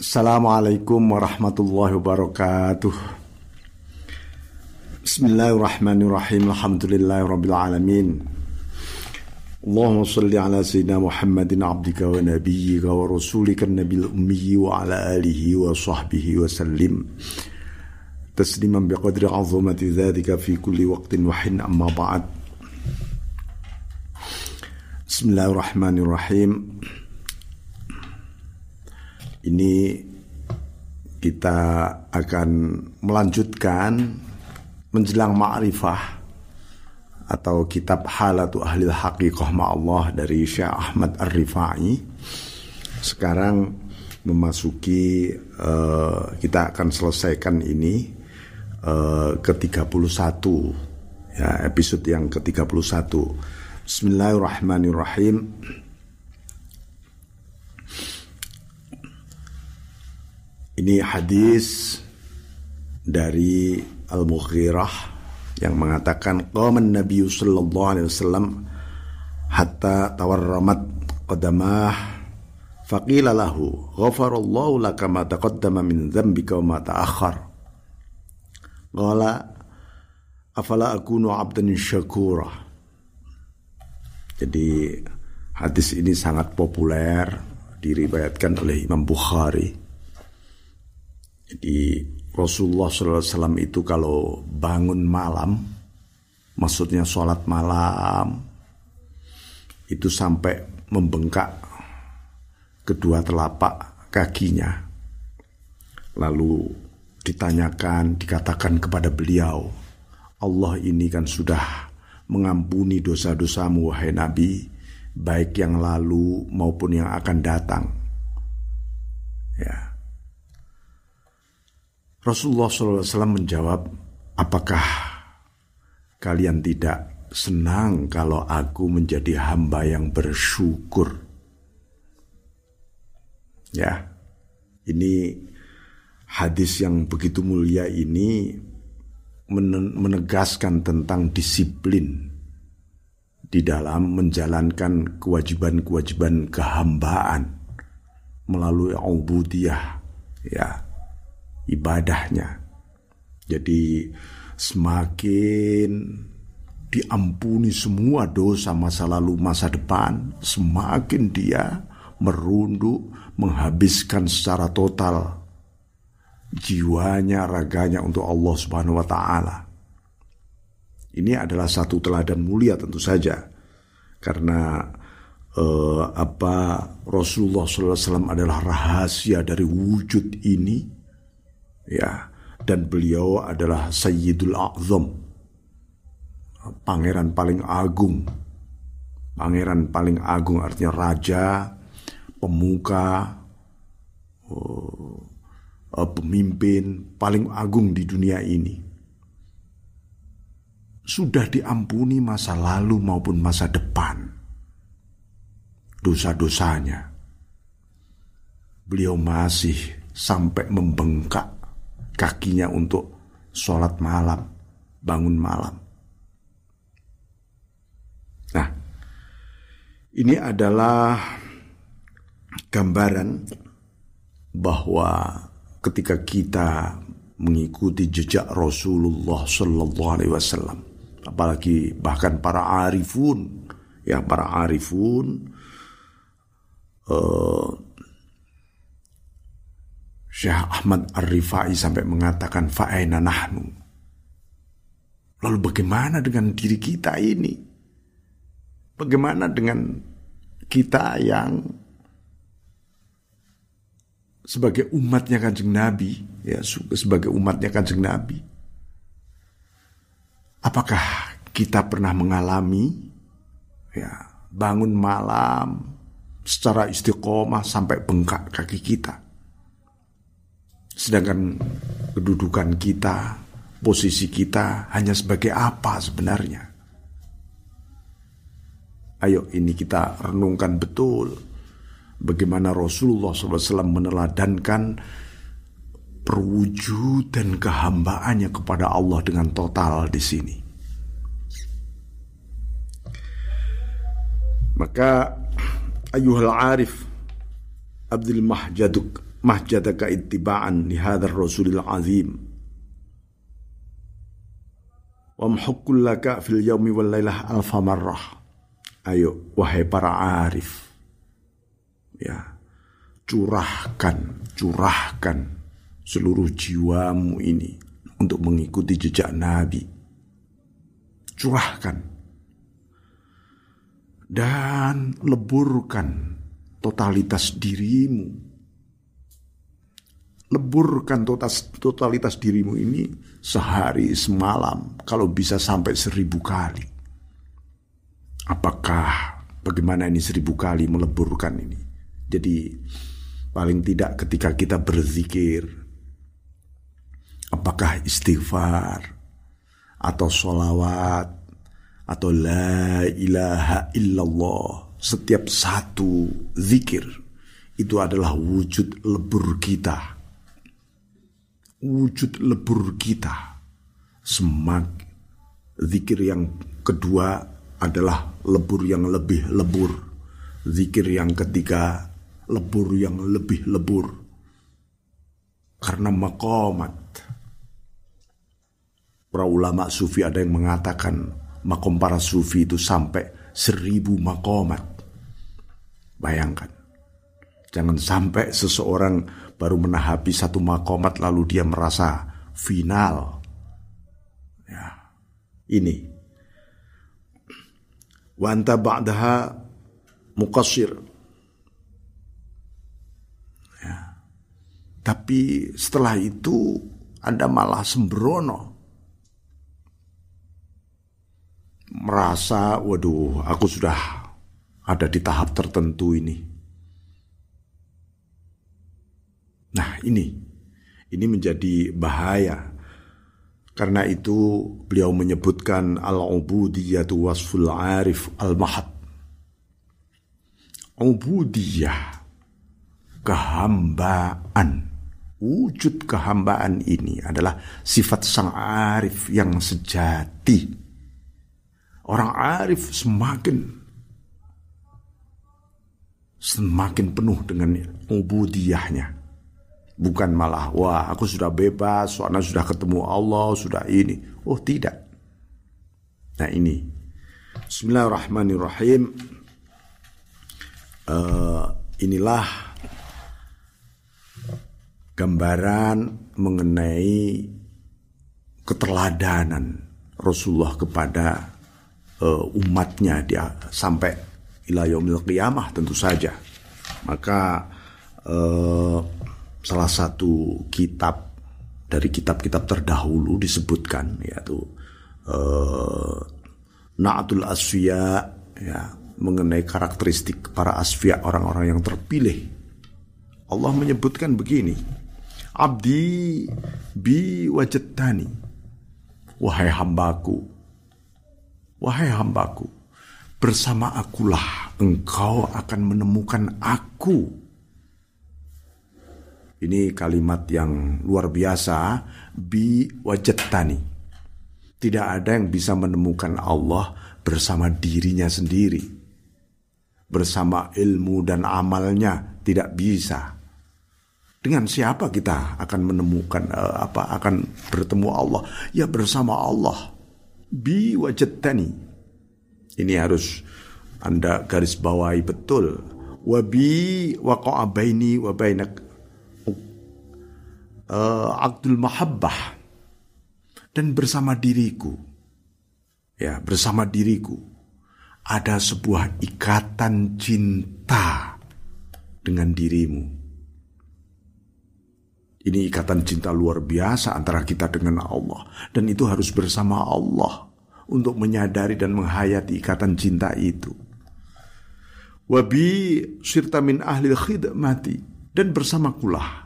Assalamualaikum warahmatullahi wabarakatuh. Bismillahirrahmanirrahim. Alhamdulillahirabbil alamin. Allahumma shalli ala sayyidina Muhammadin abdika wa nabiyyika wa rasulika an-nabiyil ummi wa ala alihi wa sahbihi wa sallim tasliman biqadri 'azamati dzatika fi kulli waqtin wa hin, amma ba'd. Bismillahirrahmanirrahim. Ini kita akan melanjutkan menjelang ma'rifah atau kitab Halatu Ahlil Haqiqah Ma'allah dari Syekh Ahmad Ar-Rifai. Sekarang memasuki kita akan selesaikan ini ke-31 ya, episode yang ke-31. Bismillahirrahmanirrahim. Ini hadis dari Al-Mughirah yang mengatakan qaman Nabi sallallahu alaihi wasallam hatta tawarramat qadamah faqila lahu ghafarallahu laka ma taqaddama min dhanbika wa ma ta'akhkhar qala afala akunu 'abdan syakura. Jadi hadis ini sangat populer, diriwayatkan oleh Imam Bukhari. Jadi Rasulullah SAW itu kalau bangun malam, maksudnya sholat malam, itu sampai membengkak kedua telapak kakinya. Lalu ditanyakan, dikatakan kepada beliau, Allah ini kan sudah mengampuni dosa-dosamu wahai Nabi, baik yang lalu maupun yang akan datang. Ya. Rasulullah SAW menjawab, apakah kalian tidak senang kalau aku menjadi hamba yang bersyukur? Ya, ini hadis yang begitu mulia ini menegaskan tentang disiplin di dalam menjalankan kewajiban-kewajiban kehambaan melalui ubudiyah, ya, ibadahnya. Jadi semakin diampuni semua dosa masa lalu, masa depan, semakin dia merunduk, menghabiskan secara total jiwanya, raganya untuk Allah Subhanahu wa ta'ala. Ini adalah satu teladan mulia tentu saja, karena Rasulullah SAW adalah rahasia dari wujud ini. Ya, dan beliau adalah Sayyidul A'zam, pangeran paling agung. Pangeran paling agung artinya raja, pemuka, pemimpin paling agung di dunia ini. Sudah diampuni masa lalu maupun masa depan dosa-dosanya. Beliau masih sampai membengkak kakinya untuk sholat malam, bangun malam. Nah, ini adalah gambaran bahwa ketika kita mengikuti jejak Rasulullah Sallallahu Alaihi Wasallam, apalagi bahkan para arifun, ya para arifun, Syekh Ahmad Ar-Rifai sampai mengatakan fa'aina nahnu. Lalu bagaimana dengan diri kita ini? Bagaimana dengan kita yang sebagai umatnya Kanjeng Nabi, ya sebagai umatnya Kanjeng Nabi? Apakah kita pernah mengalami ya bangun malam secara istiqomah sampai bengkak kaki kita? Sedangkan kedudukan kita, posisi kita hanya sebagai apa sebenarnya? Ayo ini kita renungkan betul bagaimana Rasulullah SAW meneladankan perwujudan kehambaannya kepada Allah dengan total di sini. Maka ayuhal arif Abdul mahjadaka ittiba'an li hadzal rasulil azim wa muhaqqul laka fil yaumi wal lailah alfa marrah. Ayo wahai para arif, ya, curahkan seluruh jiwamu ini untuk mengikuti jejak Nabi. Curahkan dan leburkan totalitas dirimu. Leburkan totalitas dirimu ini sehari semalam, kalau bisa sampai 1000 kali. Bagaimana ini 1000 kali meleburkan ini? Jadi paling tidak ketika kita berzikir, apakah istighfar atau sholawat atau la ilaha illallah, setiap satu zikir itu adalah wujud lebur kita. Wujud lebur kita. Zikir yang kedua adalah lebur yang lebih lebur. Zikir yang ketiga, lebur yang lebih lebur. Karena maqamat. Para ulama sufi ada yang mengatakan makom para sufi itu sampai 1000 maqamat. Bayangkan. Jangan sampai seseorang baru menahapi 1 maqamat lalu dia merasa final. Ya. Ini. Wa anta ba'daha muqassir. Ya. Tapi setelah itu Anda malah sembrono. Merasa, waduh, aku sudah ada di tahap tertentu ini. Nah, ini menjadi bahaya. Karena itu beliau menyebutkan al-ubudiyatu wasful arif al-mahad. Ubudiyah, kehambaan. Wujud kehambaan ini adalah sifat sang arif yang sejati. Orang arif semakin penuh dengan ubudiyahnya. Bukan malah, wah aku sudah bebas, soalnya sudah ketemu Allah, sudah ini. Oh tidak. Nah ini. Bismillahirrahmanirrahim. Inilah gambaran mengenai keteladanan Rasulullah kepada umatnya dia sampai ila yaumil qiyamah tentu saja. Maka salah satu kitab dari kitab-kitab terdahulu disebutkan, yaitu Na'atul Asfiya, ya, mengenai karakteristik para asfiya, orang-orang yang terpilih. Allah menyebutkan begini, Abdi bi wajadtani, wahai hambaku, bersama akulah engkau akan menemukan aku. Ini kalimat yang luar biasa, bi wajadtani. Tidak ada yang bisa menemukan Allah bersama dirinya sendiri. Bersama ilmu dan amalnya tidak bisa. Dengan siapa kita akan menemukan akan bertemu Allah? Ya bersama Allah. Bi wajadtani. Ini harus Anda garis bawahi betul. Wa bi waqa'a baini wa bainak Aqdul mahabbah, dan bersama diriku ada sebuah ikatan cinta dengan dirimu. Ini ikatan cinta luar biasa antara kita dengan Allah, dan itu harus bersama Allah untuk menyadari dan menghayati ikatan cinta itu. Wabi sirta min ahlil khidmati, dan bersamakulah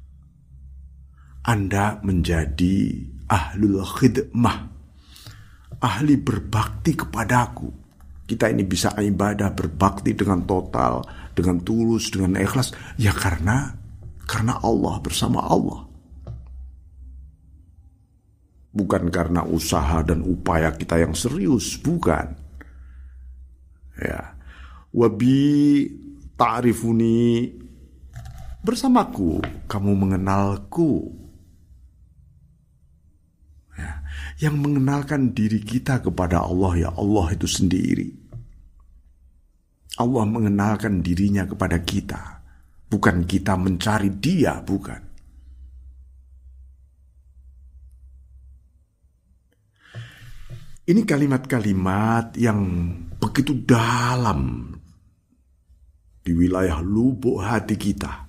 Anda menjadi ahlul khidmah, ahli berbakti kepadaku. Kita ini bisa ibadah berbakti dengan total, dengan tulus, dengan ikhlas, ya karena Allah, bersama Allah. Bukan karena usaha dan upaya kita yang serius, bukan. Ya. Wabi ta'rifuni Bersamaku kamu mengenalku. Ya, yang mengenalkan diri kita kepada Allah, ya Allah itu sendiri. Allah mengenalkan dirinya kepada kita. Bukan kita mencari dia, bukan. Ini kalimat-kalimat yang begitu dalam di wilayah lubuk hati kita.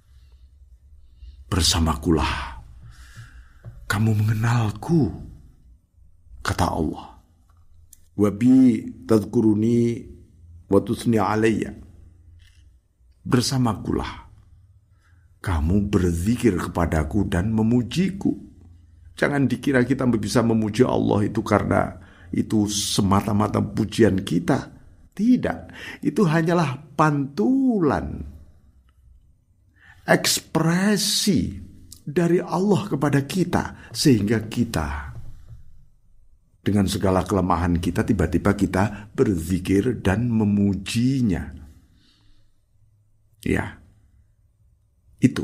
Bersamakulah kamu mengenalku, kata Allah. Wabi tadhkuruni wa tusni alayya. Bersamakulah kamu berzikir kepadaku dan memujiku. Jangan dikira kita bisa memuji Allah itu karena itu semata-mata pujian kita. Tidak, itu hanyalah pantulan, ekspresi dari Allah kepada kita, sehingga kita dengan segala kelemahan kita tiba-tiba kita berzikir dan memujinya. Ya, itu.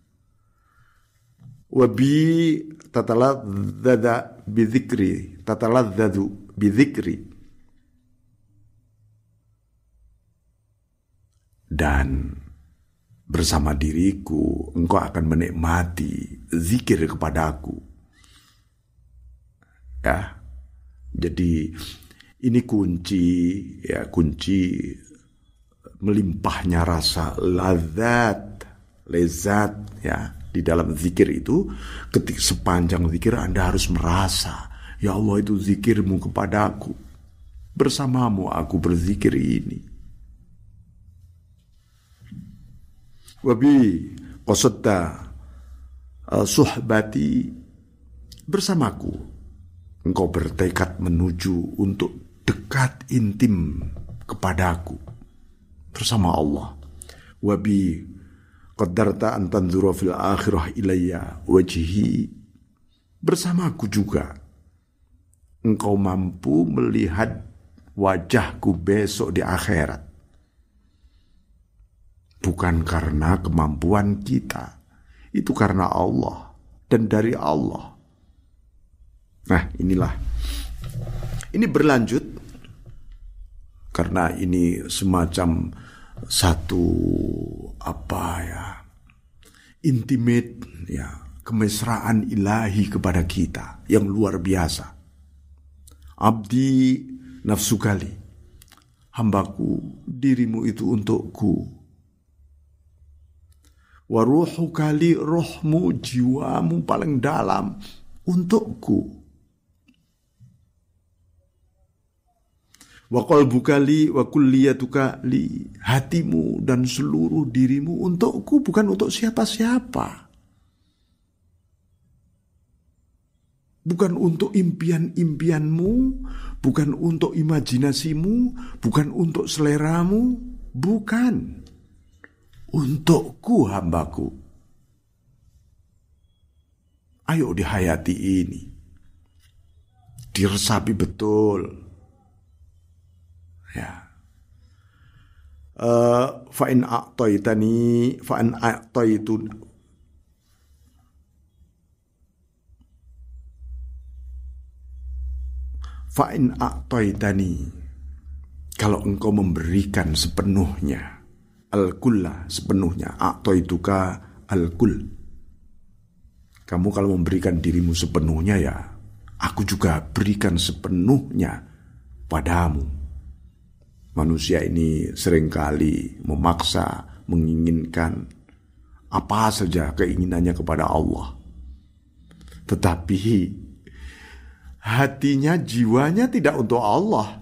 Wabi tataladzadu bidzikri. Dan bersama diriku engkau akan menikmati zikir kepadaku. Ya. Jadi ini kunci melimpahnya rasa lezat ya. Di dalam zikir itu, ketika sepanjang zikir Anda harus merasa, ya Allah itu zikirmu kepadaku. Bersamamu aku berzikir ini. Wabi qasadta suhbati, bersamaku engkau bertekad menuju untuk dekat intim kepadaku bersama Allah. Wabi qadarta an tanzura fil akhirah ilayya wajhi, bersamaku juga engkau mampu melihat wajahku besok di akhirat. Bukan karena kemampuan kita, itu karena Allah dan dari Allah. Nah, ini berlanjut karena ini semacam satu intimate ya, kemesraan ilahi kepada kita yang luar biasa. Abdi nafsu kali, hambaku dirimu itu untukku. Waruhu kali, rohmu, jiwamu paling dalam untukku. Wa qalbuka li wa kulliyatuka li, hatimu dan seluruh dirimu untukku, bukan untuk siapa-siapa. Bukan untuk impian-impianmu, bukan untuk imajinasimu, bukan untuk seleramu, bukan. Untukku hambaku. Ayo dihayati ini. Diresapi betul. Ya. Fa'in a'taitani fa'in a'taitu fa'in a'taitani, kalau engkau memberikan sepenuhnya, al-kulla sepenuhnya, a'taituka al-kull, kamu kalau memberikan dirimu sepenuhnya, ya aku juga berikan sepenuhnya padamu. Manusia ini seringkali memaksa, menginginkan apa saja keinginannya kepada Allah. Tetapi hatinya, jiwanya tidak untuk Allah.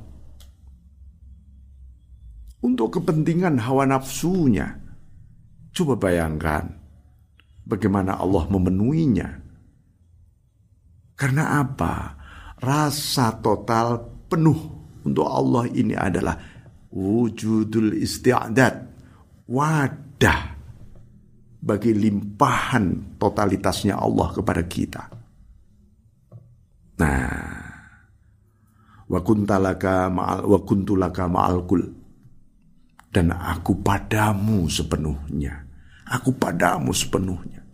Untuk kepentingan hawa nafsunya. Coba bayangkan bagaimana Allah memenuhinya. Karena apa? Rasa total penuh untuk Allah ini adalah wujudul isti'dad, wadah bagi limpahan totalitasnya Allah kepada kita. Nah, wa kuntulaka ma'al kul, dan aku padamu sepenuhnya. Aku padamu sepenuhnya.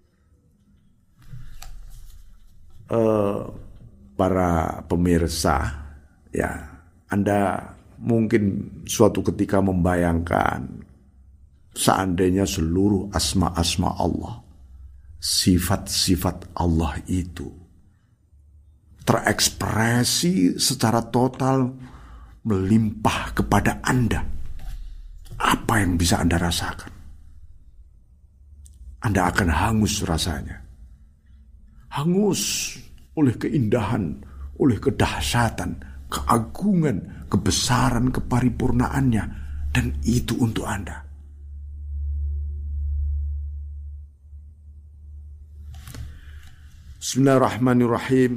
Para pemirsa, ya, Anda mungkin suatu ketika membayangkan seandainya seluruh asma-asma Allah, sifat-sifat Allah itu terekspresi secara total melimpah kepada Anda. Apa yang bisa Anda rasakan? Anda akan hangus rasanya. Hangus oleh keindahan, oleh kedahsyatan, keagungan, kebesaran, keparipurnaannya. Dan itu untuk Anda. Bismillahirrahmanirrahim.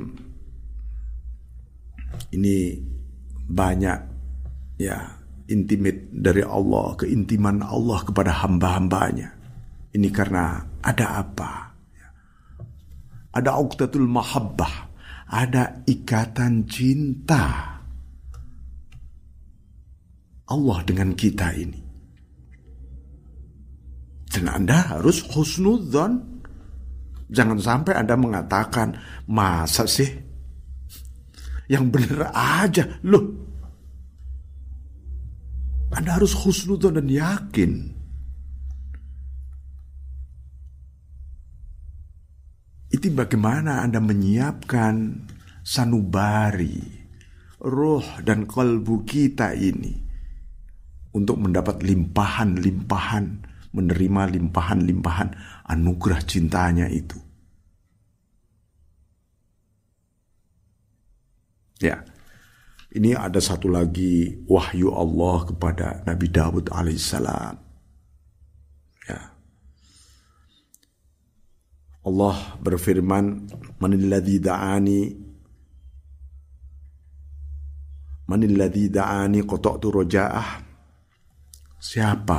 Ini banyak ya intimate dari Allah, keintiman Allah kepada hamba-hambanya. Ini karena ada apa? Ada uqdatul mahabbah, ada ikatan cinta Allah dengan kita ini. Dan Anda harus husnudzon. Jangan sampai Anda mengatakan, masa sih? Yang benar aja, loh. Anda harus husnudzon dan yakin. Itu bagaimana Anda menyiapkan sanubari, roh dan kalbu kita ini untuk mendapat limpahan-limpahan, menerima limpahan-limpahan anugerah cintanya itu. Ya, ini ada satu lagi wahyu Allah kepada Nabi Daud alaihissalam. Ya. Allah berfirman, manilladzi da'ani qata'tu raja'ah. Siapa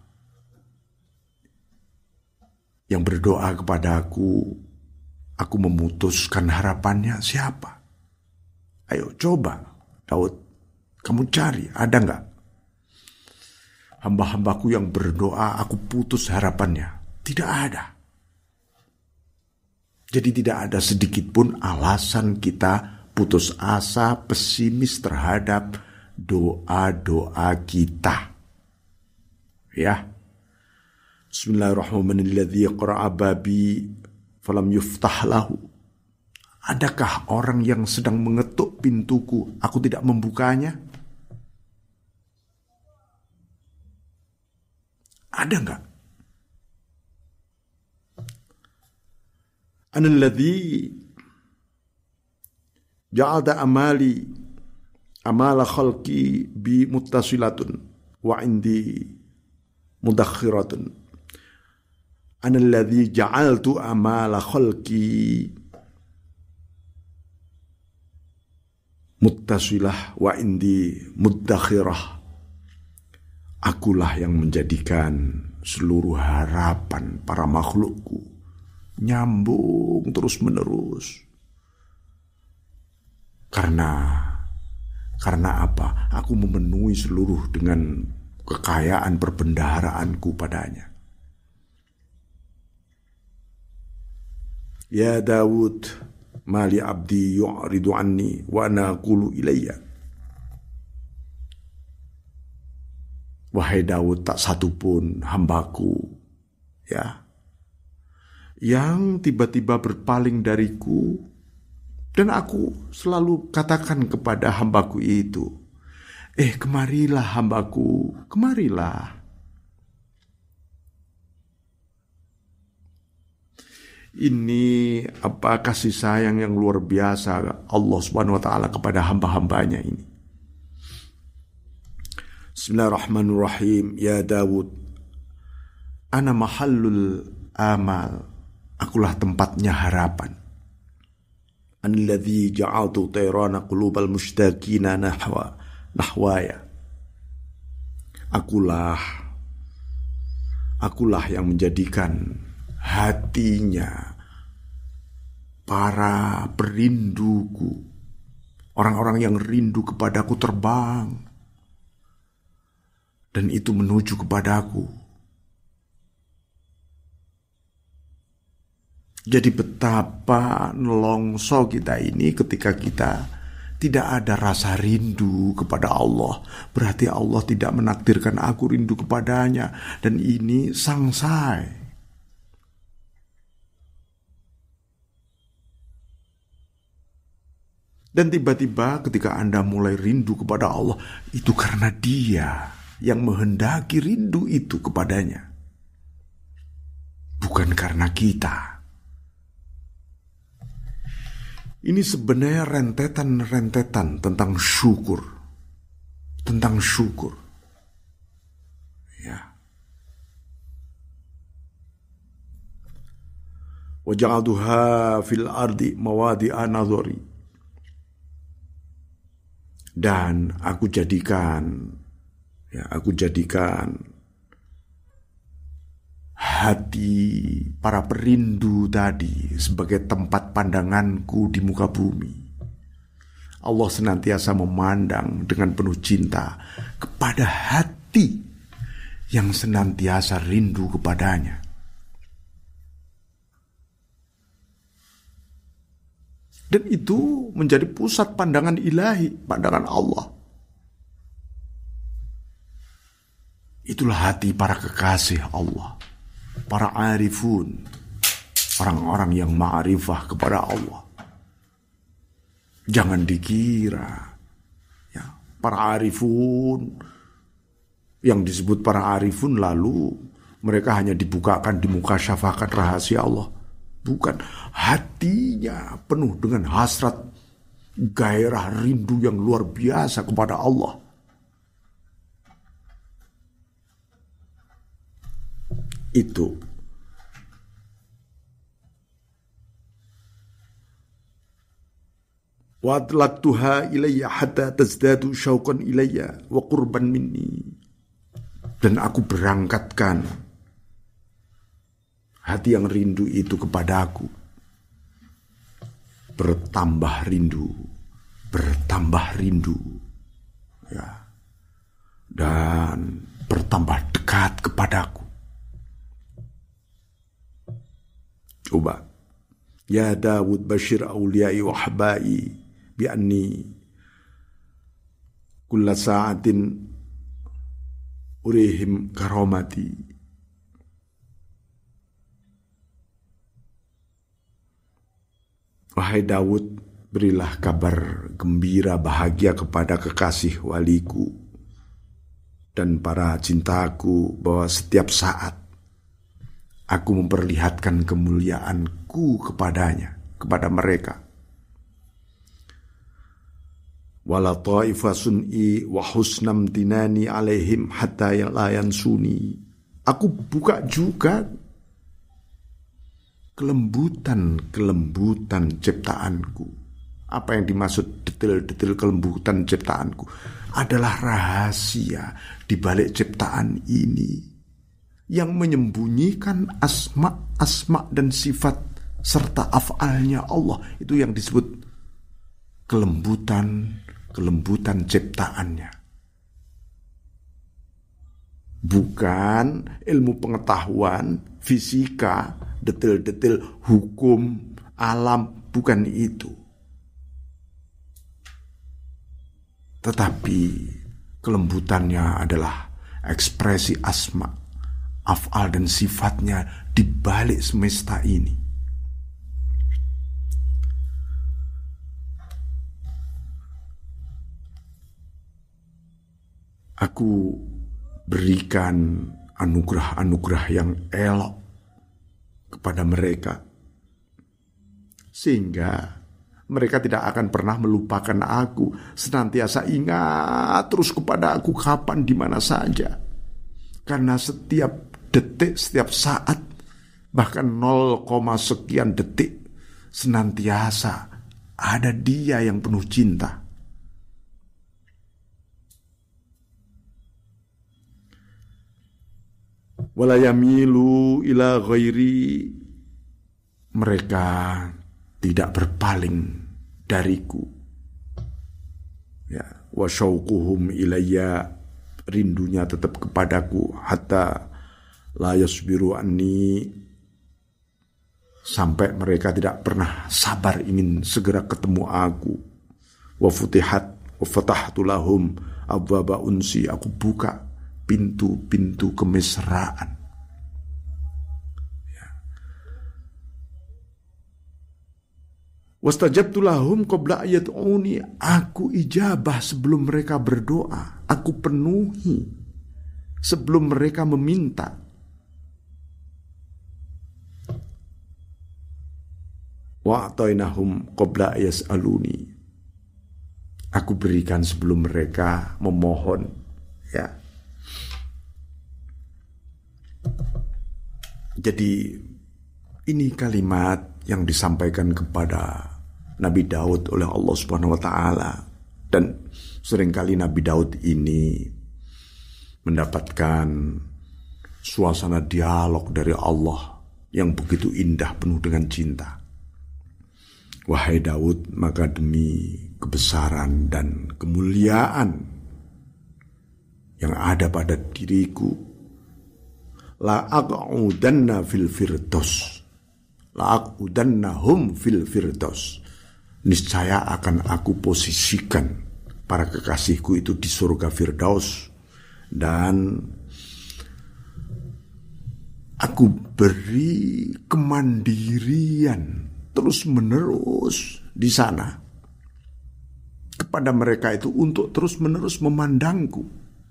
yang berdoa kepada aku memutuskan harapannya, siapa? Ayo coba, Daud, kamu cari, ada enggak? Hamba-hambaku yang berdoa, aku putus harapannya. Tidak ada. Jadi tidak ada sedikit pun alasan kita putus asa, pesimis terhadap doa-doa kita. Ya. Bismillahirrahmanirrahim. Alladzi qara'a babi falam yuftah lahu. Adakah orang yang sedang mengetuk pintuku, aku tidak membukanya? Ada enggak? Analladzi ja'alta amala khalqi bi muttasilatun wa indi mudakhiratun. Analladzi ja'altu amala khalqi muttasilah wa indi mudakhirah. Akulah yang menjadikan seluruh harapan para makhlukku nyambung terus menerus. Karena apa? Aku memenuhi seluruh dengan kekayaan perbendaharaanku padanya. Ya Daud, mali abdi yu'ridu anni wa ana aqulu ilayya. Wahai Daud, tak satupun hambaku ya yang tiba-tiba berpaling dariku, dan aku selalu katakan kepada hambaku itu, kemarilah hambaku, kemarilah. Ini apa kasih sayang yang luar biasa Allah Subhanahu wa taala kepada hamba-hambanya ini. Bismillahirrahmanirrahim. Ya Daud, ana mahallul amal. Akulah tempatnya harapan. Alladzi ja'altu tayrana qulubal mushtaqina nahwaya. Akulah yang menjadikan hatinya para perinduku, orang-orang yang rindu kepadaku terbang, dan itu menuju kepadaku. Jadi betapa nelongso kita ini ketika kita tidak ada rasa rindu kepada Allah. Berarti Allah tidak menakdirkan aku rindu kepadanya. Dan ini sangsai. Dan tiba-tiba ketika Anda mulai rindu kepada Allah, itu karena Dia yang menghendaki rindu itu kepadanya. Bukan karena kita. Ini sebenarnya rentetan-rentetan tentang syukur. Tentang syukur. Ya. Wa ja'altuha fil ardi mawadi'a nadhari. Dan aku jadikan hati para perindu tadi sebagai tempat pandanganku di muka bumi. Allah senantiasa memandang dengan penuh cinta kepada hati yang senantiasa rindu kepadanya. Dan itu menjadi pusat pandangan ilahi, pandangan Allah. Itulah hati para kekasih Allah, para arifun, orang-orang yang ma'rifah kepada Allah. Jangan dikira ya, para arifun yang disebut para arifun lalu mereka hanya dibukakan di muka syafakat rahasia Allah. Bukan, hatinya penuh dengan hasrat, gairah, rindu yang luar biasa kepada Allah. Itu wa atlaqtuha ilayya hatta tazdadu syauqan ilayya wa qurban minni. Dan aku berangkatkan hati yang rindu itu kepadaku. Bertambah rindu. Ya. Dan bertambah dekat kepadaku. Coba. Ya Dawud bashir awliyai wa ahbai bi'anni kulla sa'atin urihim karamati. Wahai Daud, berilah kabar gembira bahagia kepada kekasih waliku dan para cintaku bahwa setiap saat aku memperlihatkan kemuliaanku kepadanya, kepada mereka. Wala ta'ifa sun'i wa husnam tinani alaihim hatta la yansuni. Aku buka juga kelembutan ciptaanku. Apa yang dimaksud detail-detail kelembutan ciptaanku adalah rahasia di balik ciptaan ini yang menyembunyikan asma dan sifat serta af'alnya Allah. Itu yang disebut kelembutan ciptaannya. Bukan ilmu pengetahuan, fisika, detail-detail hukum, alam, bukan itu. Tetapi kelembutannya adalah ekspresi asma, af'al dan sifatnya di balik semesta ini. Aku berikan anugerah-anugerah yang elok kepada mereka, sehingga mereka tidak akan pernah melupakan aku, senantiasa ingat terus kepada aku kapan di mana saja. Karena setiap detik, setiap saat, bahkan 0, sekian detik, senantiasa ada Dia yang penuh cinta. Wala yamilu ila ghairi, mereka tidak berpaling dariku. Ya, wa syauquhum ilayya, rindunya tetap kepadaku, hatta la yasbiru anni, sampai mereka tidak pernah sabar ingin segera ketemu aku. Wa fatahtu lahum abwaba unsi, aku buka pintu-pintu kemesraan. Wastajabtu lahum qabla ayat'uni, aku ijabah sebelum mereka berdoa, aku penuhi sebelum mereka meminta. Wa atainahum qabla yas'aluni, aku berikan sebelum mereka memohon, ya. Jadi ini kalimat yang disampaikan kepada Nabi Daud oleh Allah Subhanahu wa taala, dan seringkali Nabi Daud ini mendapatkan suasana dialog dari Allah yang begitu indah, penuh dengan cinta. Wahai Daud, maka demi kebesaran dan kemuliaan yang ada pada diriku, la aq'udanna fil firdaus, la aq'udannahum fil firdaus, niscaya akan aku posisikan para kekasihku itu di surga Firdaus, dan aku beri kemandirian terus menerus di sana kepada mereka itu untuk terus menerus memandangku,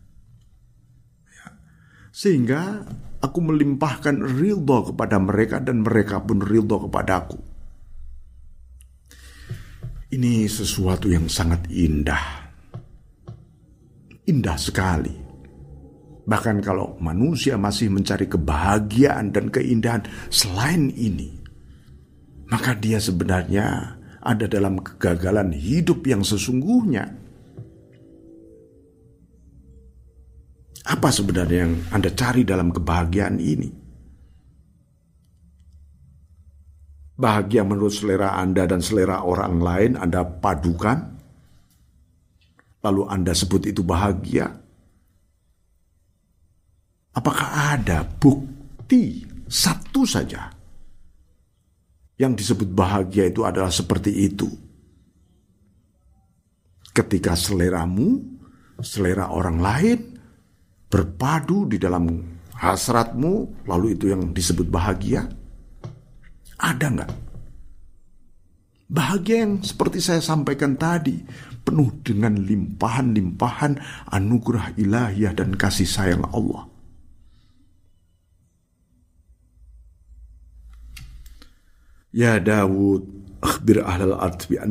sehingga aku melimpahkan ridha kepada mereka dan mereka pun ridha kepadaku. Ini sesuatu yang sangat indah, indah sekali. Bahkan kalau manusia masih mencari kebahagiaan dan keindahan selain ini, maka dia sebenarnya ada dalam kegagalan hidup yang sesungguhnya. Apa sebenarnya yang Anda cari dalam kebahagiaan ini? Bahagia menurut selera Anda dan selera orang lain Anda padukan, lalu Anda sebut itu bahagia. Apakah ada bukti satu saja yang disebut bahagia itu adalah seperti itu? Ketika seleramu, selera orang lain berpadu di dalam hasratmu, lalu itu yang disebut bahagia? Ada nggak? Bahagia yang seperti saya sampaikan tadi, penuh dengan limpahan-limpahan anugerah ilahiyah dan kasih sayang Allah. Ya Dawud, akhbir ahlal ard bi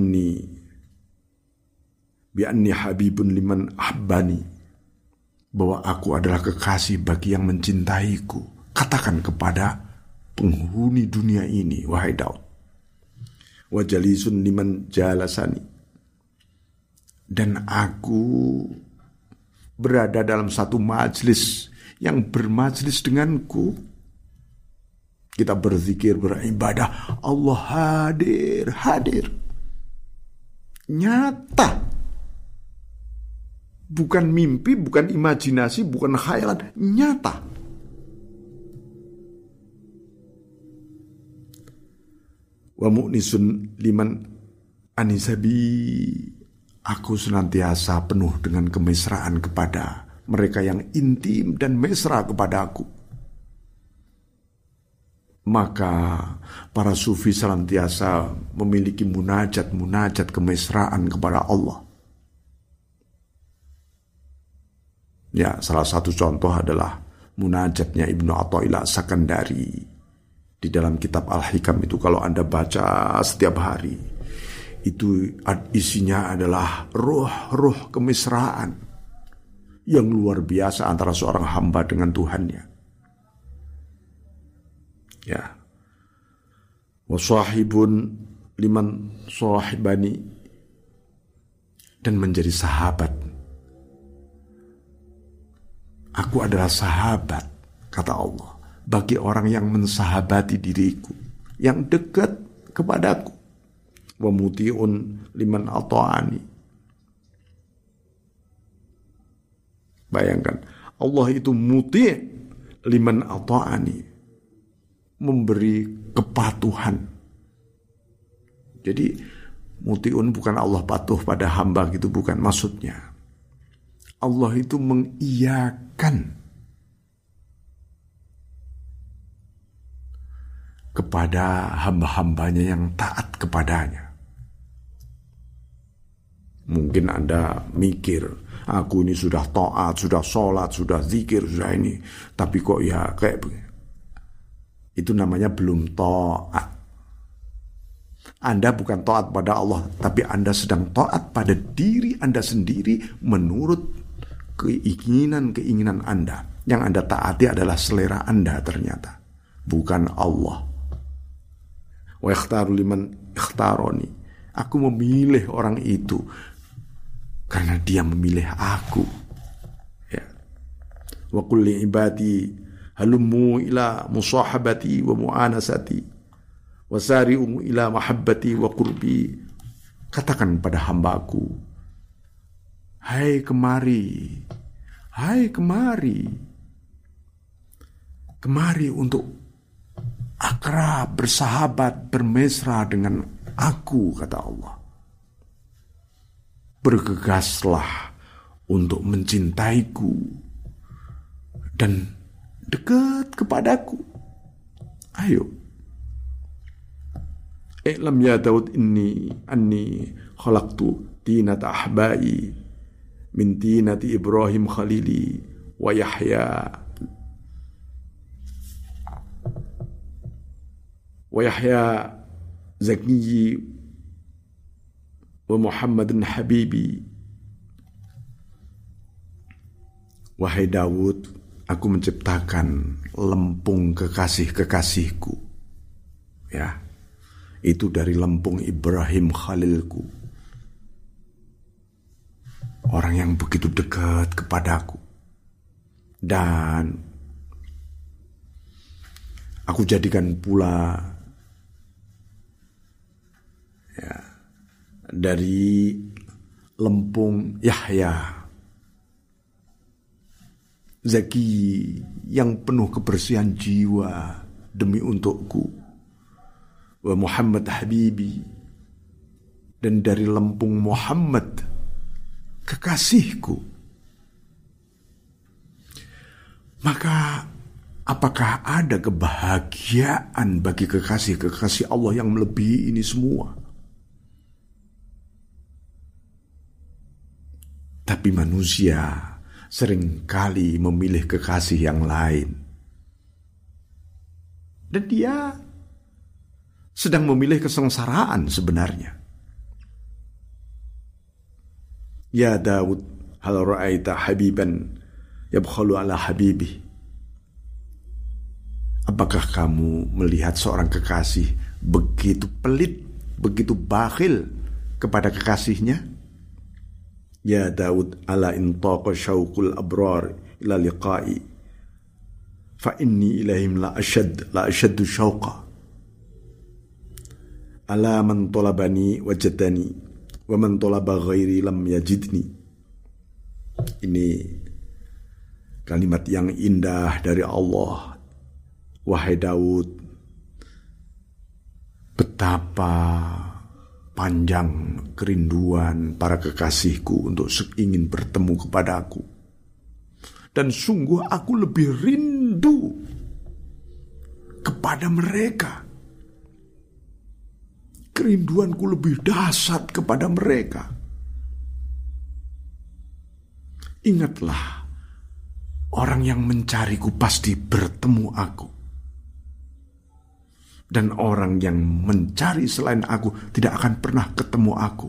anni habibun liman ahbani, bahwa aku adalah kekasih bagi yang mencintaiku. Katakan kepada penghuni dunia ini, wahai Daud. Wa jalisun liman jalasani, dan aku berada dalam satu majlis yang bermajlis denganku. Kita berzikir, beribadah, Allah hadir, nyata, bukan mimpi, bukan imajinasi, bukan khayalan, nyata. Wa mu'nisun liman anisabi, aku senantiasa penuh dengan kemesraan kepada mereka yang intim dan mesra kepada aku. Maka para sufi senantiasa memiliki munajat kemesraan kepada Allah. Ya, salah satu contoh adalah munajatnya Ibnu Athaillah Sakandari. Di dalam kitab Al-Hikam itu kalau Anda baca setiap hari, itu isinya adalah ruh kemesraan yang luar biasa antara seorang hamba dengan Tuhannya. Ya. Wasahibun liman sahibani, dan menjadi sahabat. Aku adalah sahabat, kata Allah, bagi orang yang mensahabati diriku, yang dekat kepadaku. Wa muti'un liman ata'ani. Bayangkan, Allah itu muti' liman ata'ani, memberi kepatuhan. Jadi mutiun bukan Allah patuh pada hamba gitu, bukan maksudnya. Allah itu mengiyakan kepada hamba-hambanya yang taat kepadanya. Mungkin Anda mikir, aku ini sudah taat, sudah sholat, sudah zikir, sudah ini, tapi kok ya kayak begini. Itu namanya belum taat. Anda bukan taat pada Allah, tapi Anda sedang taat pada diri Anda sendiri menurut keinginan Anda. Yang Anda taati adalah selera Anda ternyata, bukan Allah. Wa ikhtaru liman ikhtaroni. Aku memilih orang itu karena dia memilih aku. Ya. Wa qul li ibadi halummu ila musahabati wa mu'anasati wa sari'u ila mahabbati wa qurbi. Katakan pada hambaku, hai kemari, kemari untuk akrab, bersahabat, bermesra dengan aku, kata Allah. Bergegaslah untuk mencintaiku dan dekat kepadaku. Ayo. I'lam ya Daud anni khalaqtu tinata ahbai min tinati Ibrahim khalili wa Yahya Zakiyyi wa Muhammadin Habibi. Wahai Daud, aku menciptakan lempung kekasih-kekasihku. Ya, itu dari lempung Ibrahim Khalilku. Orang yang begitu dekat kepadaku. Dan aku jadikan pula ya, dari lempung Yahya Zaki yang penuh kebersihan jiwa demi untukku, wa Muhammad Habibi, dan dari lempung Muhammad kekasihku. Maka apakah ada kebahagiaan bagi kekasih-kekasih Allah yang melebihi ini semua? Tapi manusia seringkali memilih kekasih yang lain. Dan dia sedang memilih kesengsaraan sebenarnya. Ya Daud, hal ra'aita habiban yabkhalu ala habibi. Apakah kamu melihat seorang kekasih begitu pelit, begitu bakhil kepada kekasihnya? Ya Daud, ala intaqa syauqul abrar ila liqa'i fa inni ilaihim la ashaddu syauqa. Ala man talabani wajadani wa man talaba ghairi lam yajidni. Ini kalimat yang indah dari Allah. Wahai Daud, betapa panjang kerinduan para kekasihku untuk ingin bertemu kepadaku. Dan sungguh aku lebih rindu kepada mereka. Kerinduanku lebih dahsyat kepada mereka. Ingatlah, orang yang mencariku pasti bertemu aku. Dan orang yang mencari selain aku tidak akan pernah ketemu aku.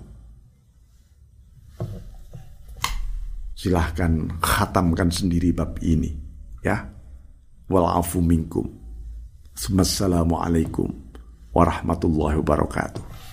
Silahkan khatamkan sendiri bab ini, ya. Wal afu minkum. Assalamualaikum warahmatullahi wabarakatuh.